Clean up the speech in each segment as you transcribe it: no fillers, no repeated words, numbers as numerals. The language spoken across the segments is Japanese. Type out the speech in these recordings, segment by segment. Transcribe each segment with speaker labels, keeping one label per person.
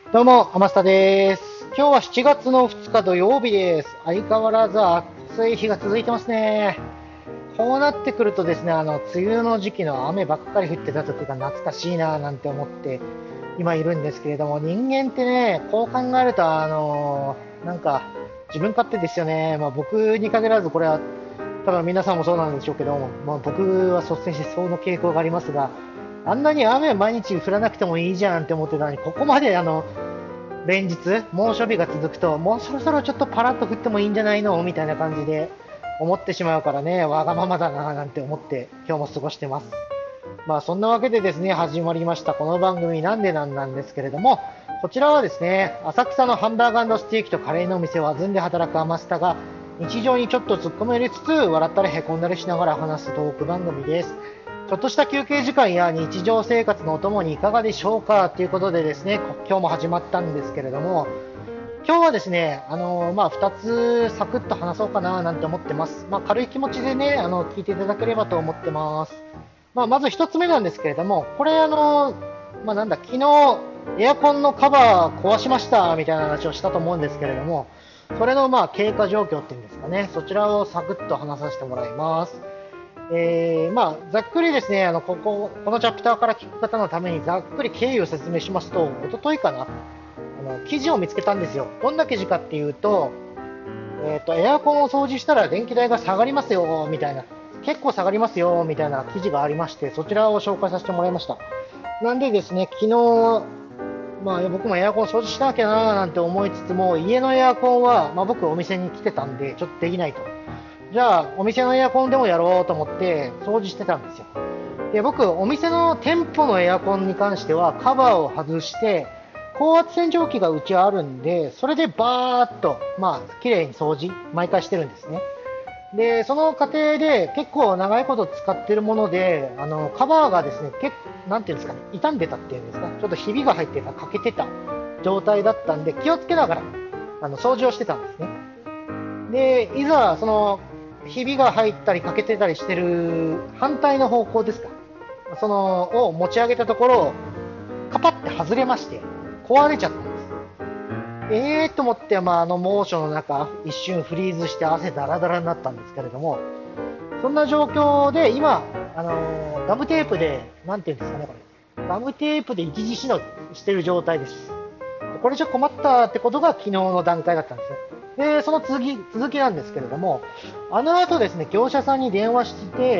Speaker 1: どうも、天下です。今日は7月の2日土曜日です。相変わらず暑い日が続いてますね。こうなってくるとですね、梅雨の時期の雨ばっかり降ってた時が懐かしいななんて思って今いるんですけれども、人間ってね、こう考えると、なんか、自分勝手ですよね。まあ僕に限らず、これは多分皆さんもそうなんでしょうけども、まあ僕は率先してその傾向がありますが、あんなに雨毎日降らなくてもいいじゃんって思ってたのに、ここまで連日猛暑日が続くと、もうそろそろちょっとパラッと降ってもいいんじゃないのみたいな感じで思ってしまうからね、わがままだななんて思って今日も過ごしてます。まあそんなわけでですね、始まりましたこの番組なんでなんですけれども、こちらはですね、浅草のハンバーガーステーキとカレーのお店をあずんで働くアマスタが日常にちょっと突っ込み入れつつ笑ったりへこんだりしながら話すトーク番組です。ちょっとした休憩時間や日常生活のお供にいかがでしょうかということでですね、今日も始まったんですけれども、今日はですね、2つサクッと話そうかななんて思ってます。まあ、軽い気持ちでね、聞いていただければと思ってます。まあ、まず一つ目なんですけれども、これ昨日エアコンのカバー壊しましたみたいな話をしたと思うんですけれども、それの経過状況っていうんですかね、そちらをサクッと話させてもらいます。ざっくりですね、このチャプターから聞く方のためにざっくり経緯を説明しますと、一昨日かな、記事を見つけたんですよ。どんな記事かっていうと、エアコンを掃除したら電気代が下がりますよ、みたいな、結構下がりますよ、みたいな記事がありまして、そちらを紹介させてもらいました。なんでですね、昨日、僕もエアコン掃除しなきゃなーなんて思いつつも、家のエアコンは、僕お店に来てたんで、ちょっとできないと。じゃあ、お店のエアコンでもやろうと思って掃除してたんですよ。で、僕、お店の店舗のエアコンに関してはカバーを外して、高圧洗浄機がうちはあるんで、それでバーっと、綺麗に掃除、毎回してるんですね。で、その過程で結構長いこと使ってるもので、カバーがですね、なんていうんですかね、傷んでたっていうんですか、ちょっとひびが入ってた、欠けてた状態だったんで、気をつけながら、掃除をしてたんですね。で、いざ、ひびが入ったり欠けてたりしてる反対の方向ですか。を持ち上げたところ、カパって外れまして、壊れちゃったんです。と思って、猛暑の中、一瞬フリーズして汗だらだらになったんですけれども、そんな状況で今、ガムテープで、なんていうんですかね、これ。ガムテープで一時しのぎしてる状態です。これじゃ困ったってことが昨日の段階だったんですね。で、その続きなんですけれども、あの後ですね、業者さんに電話して、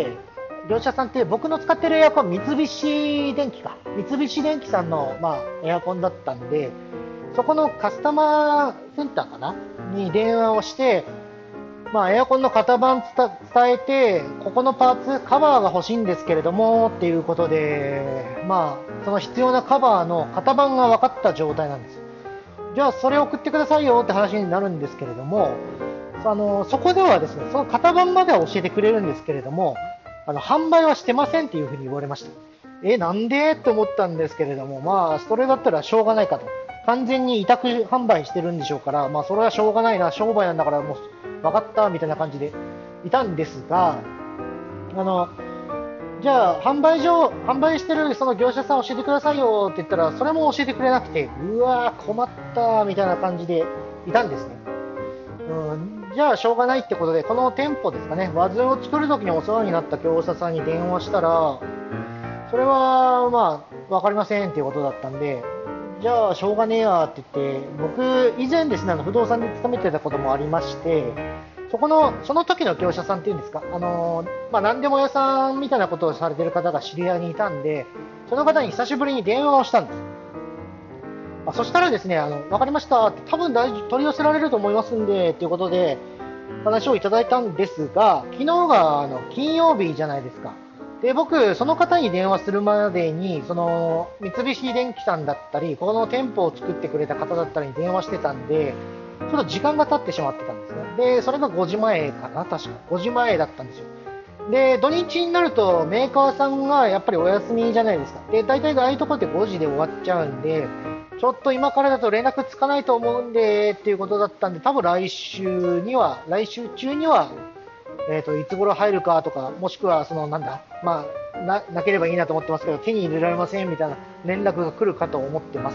Speaker 1: 業者さんって僕の使ってるエアコン、三菱電機か。三菱電機さんの、エアコンだったんで、そこのカスタマーセンターかなに電話をして、エアコンの型番伝えて、ここのパーツ、カバーが欲しいんですけれども、っていうことで、その必要なカバーの型番が分かった状態なんですよ。じゃあ、それを送ってくださいよって話になるんですけれども、そこではですね、その型番までは教えてくれるんですけれども、販売はしてませんっていうふうに言われました。なんでって思ったんですけれども、それだったらしょうがないかと。完全に委託販売してるんでしょうから、それはしょうがないな、商売なんだからもう分かったみたいな感じでいたんですが、あの、じゃあ販売してるその業者さん教えてくださいよって言ったら、それも教えてくれなくて、うわー困ったみたいな感じでいたんですね。じゃあしょうがないってことで、この店舗ですかね、ワズを作るときにお世話になった業者さんに電話したら、それはわかりませんっていうことだったんで、じゃあしょうがねえやって言って、僕以前ですね、不動産で勤めてたこともありまして、その時の業者さんっていうんですか、何でも屋さんみたいなことをされてる方が知り合いにいたんで、その方に久しぶりに電話をしたんです。そしたらですね、わかりましたって、多分取り寄せられると思いますんで、ということで、話をいただいたんですが、昨日が金曜日じゃないですか。で、僕、その方に電話するまでに、三菱電機さんだったり、この店舗を作ってくれた方だったりに電話してたんで、ちょっと時間が経ってしまってたんですね。で、それが5時前かな、確か。5時前だったんですよ。で、土日になるとメーカーさんがやっぱりお休みじゃないですか。で、大体ああいうとこって5時で終わっちゃうんで、ちょっと今からだと連絡つかないと思うんでっていうことだったんで、多分来週中には、いつ頃入るかとか、もしくは、なければいいなと思ってますけど、手に入れられませんみたいな連絡が来るかと思ってます。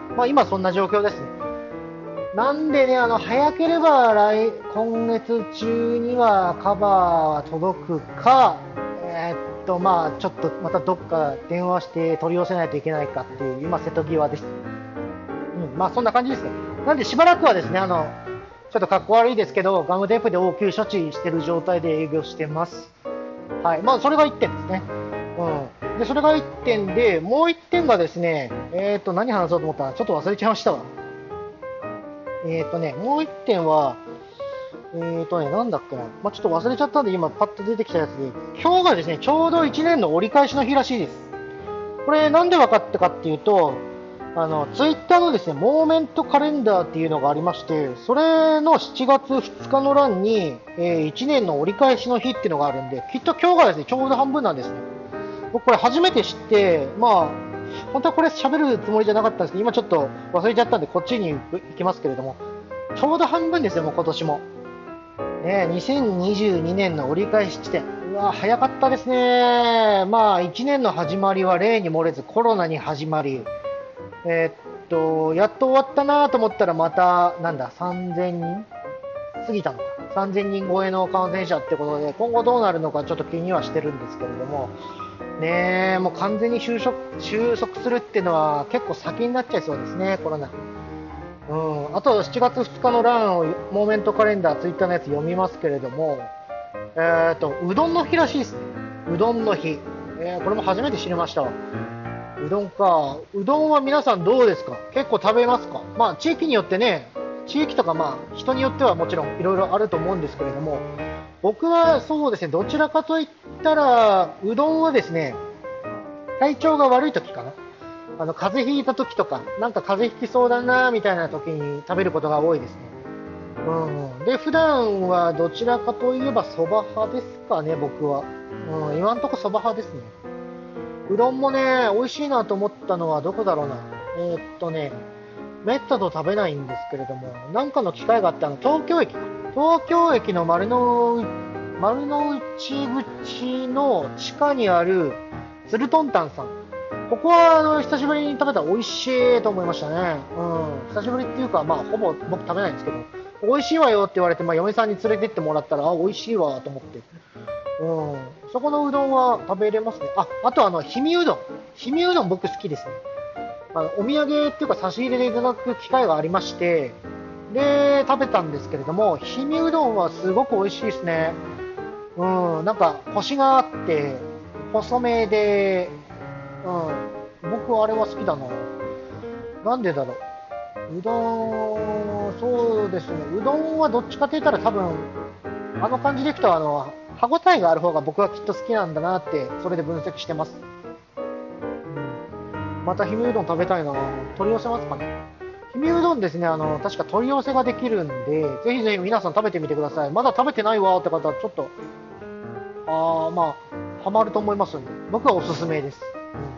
Speaker 1: まあ今そんな状況ですね。なんでね、早ければ今月中にはカバーは届くか、まあちょっとまたどっか電話して取り寄せないといけないかっていう、今瀬戸際です。うん、まあそんな感じですね。なんでしばらくはですね、ちょっとかっこ悪いですけど、ガムテープで応急処置してる状態で営業してます。はい。まあそれが1点ですね。うん。で、それが1点で、もう1点がですね、何話そうと思ったら、ちょっと忘れちゃいましたわ。もう1点は、なんだっけな。まあ、ちょっと忘れちゃったんで、今パッと出てきたやつで、今日がですね、ちょうど1年の折り返しの日らしいです。これ、なんで分かったかっていうと、ツイッターのですね、モーメントカレンダーっていうのがありまして、それの7月2日の欄に、1年の折り返しの日っていうのがあるんで、きっと今日がですね、ちょうど半分なんですね。僕これ初めて知って、まあ、本当はこれ喋るつもりじゃなかったんですけど、今ちょっと忘れちゃったんで、こっちに行きますけれども、ちょうど半分ですよ、もう今年も。ね、2022年の折り返し地点。うわ、早かったですね。まあ、1年の始まりは例に漏れずコロナに始まり、やっと終わったなと思ったらまた、なんだ、3000人過ぎたのか。3000人超えの感染者ってことで、今後どうなるのかちょっと気にはしてるんですけれども、ねえ、もう完全に収束するっていうのは結構先になっちゃいそうですね、コロナ。うん、あと7月2日の欄をモーメントカレンダー、ツイッターのやつ読みますけれども、うどんの日らしいですね。うどんの日。これも初めて知りましたわ。うどんか。うどんは皆さんどうですか？結構食べますか？まあ地域によってね、地域とかまあ人によってはもちろんいろいろあると思うんですけれども、僕はそうですね、どちらかといったら、うどんはですね、体調が悪い時かな。風邪ひいた時とか、なんか風邪ひきそうだなみたいな時に食べることが多いですね。うん。で、普段はどちらかといえば蕎麦派ですかね、僕は。うん、今んとこ蕎麦派ですね。うどんもね、美味しいなと思ったのはどこだろうな。めったと食べないんですけれども、なんかの機会があって、東京駅か。東京駅の丸の内口の地下にあるつるとんたんさん。ここは久しぶりに食べたら美味しいと思いましたね。うん。久しぶりっていうか、まあ、ほぼ僕食べないんですけど、美味しいわよって言われて、まあ、嫁さんに連れてってもらったら、あ、美味しいわと思って。うん。そこのうどんは食べれますね。あと氷見うどん。氷見うどん僕好きですね。お土産っていうか差し入れでいただく機会がありまして、で、食べたんですけれども、氷見うどんはすごく美味しいですね。うん、なんか、コシがあって、細めで、うん、僕はあれは好きだな。なんでだろう。うどん、そうですね。うどんはどっちかって言ったら多分、あの感じでいくと、歯ごたえがある方が僕はきっと好きなんだなって、それで分析してます。また氷見うどん食べたいな。取り寄せますかね。氷見うどんですね、確か取り寄せができるんで、ぜひぜひ皆さん食べてみてください。まだ食べてないわって方はちょっと、まあ、ハマると思いますんで、僕はおすすめです。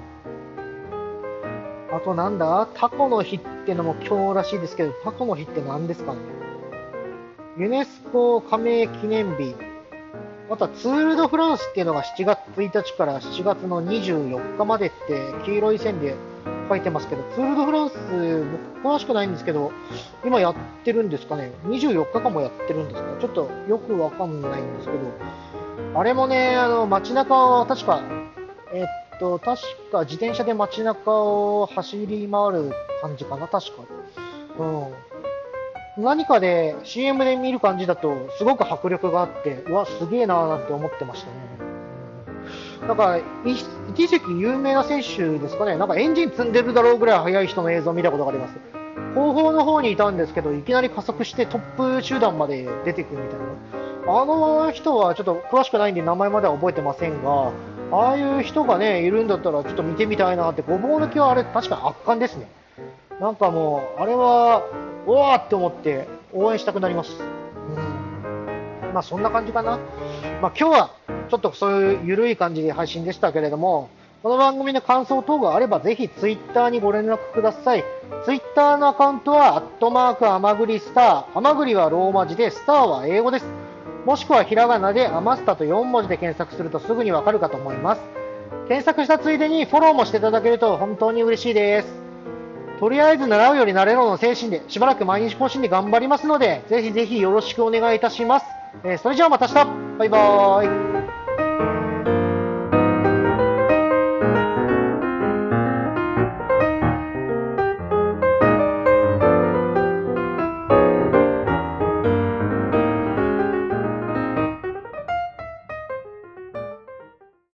Speaker 1: あとなんだタコの日ってのも今日らしいですけど、タコの日って何ですかね？ユネスコ加盟記念日。またツール・ド・フランスっていうのが7月1日から7月の24日までって黄色い線で書いてますけど、ツール・ド・フランス、僕詳しくないんですけど、今やってるんですかね？ 24 日間もやってるんですか？ちょっとよくわかんないんですけど、あれもね、街中を確か、確か自転車で街中を走り回る感じかな、確か。うん。何かで CM で見る感じだとすごく迫力があって、うわ、すげえなーなんて思ってましたね。だから、一時期有名な選手ですかね、なんかエンジン積んでるだろうぐらい速い人の映像を見たことがあります。後方の方にいたんですけど、いきなり加速してトップ集団まで出てくるみたいな。あの人はちょっと詳しくないんで名前までは覚えてませんが、ああいう人がね、いるんだったらちょっと見てみたいなって、ごぼう抜きはあれ確かに圧巻ですね。なんかもう、あれは、おわーって思って応援したくなります。うん。まあそんな感じかな。まあ今日はちょっとそういう緩い感じで配信でしたけれども、この番組の感想等があればぜひツイッターにご連絡ください。ツイッターのアカウントは、アットマークアマグリスター。アマグリはローマ字で、スターは英語です。もしくはひらがなでアマスタと4文字で検索するとすぐにわかるかと思います。検索したついでにフォローもしていただけると本当に嬉しいです。 とりあえず習うより慣れろの精神で、しばらく毎日更新で頑張りますので、ぜひぜひよろしくお願いいたします。それじゃあまた明日バイバーイ。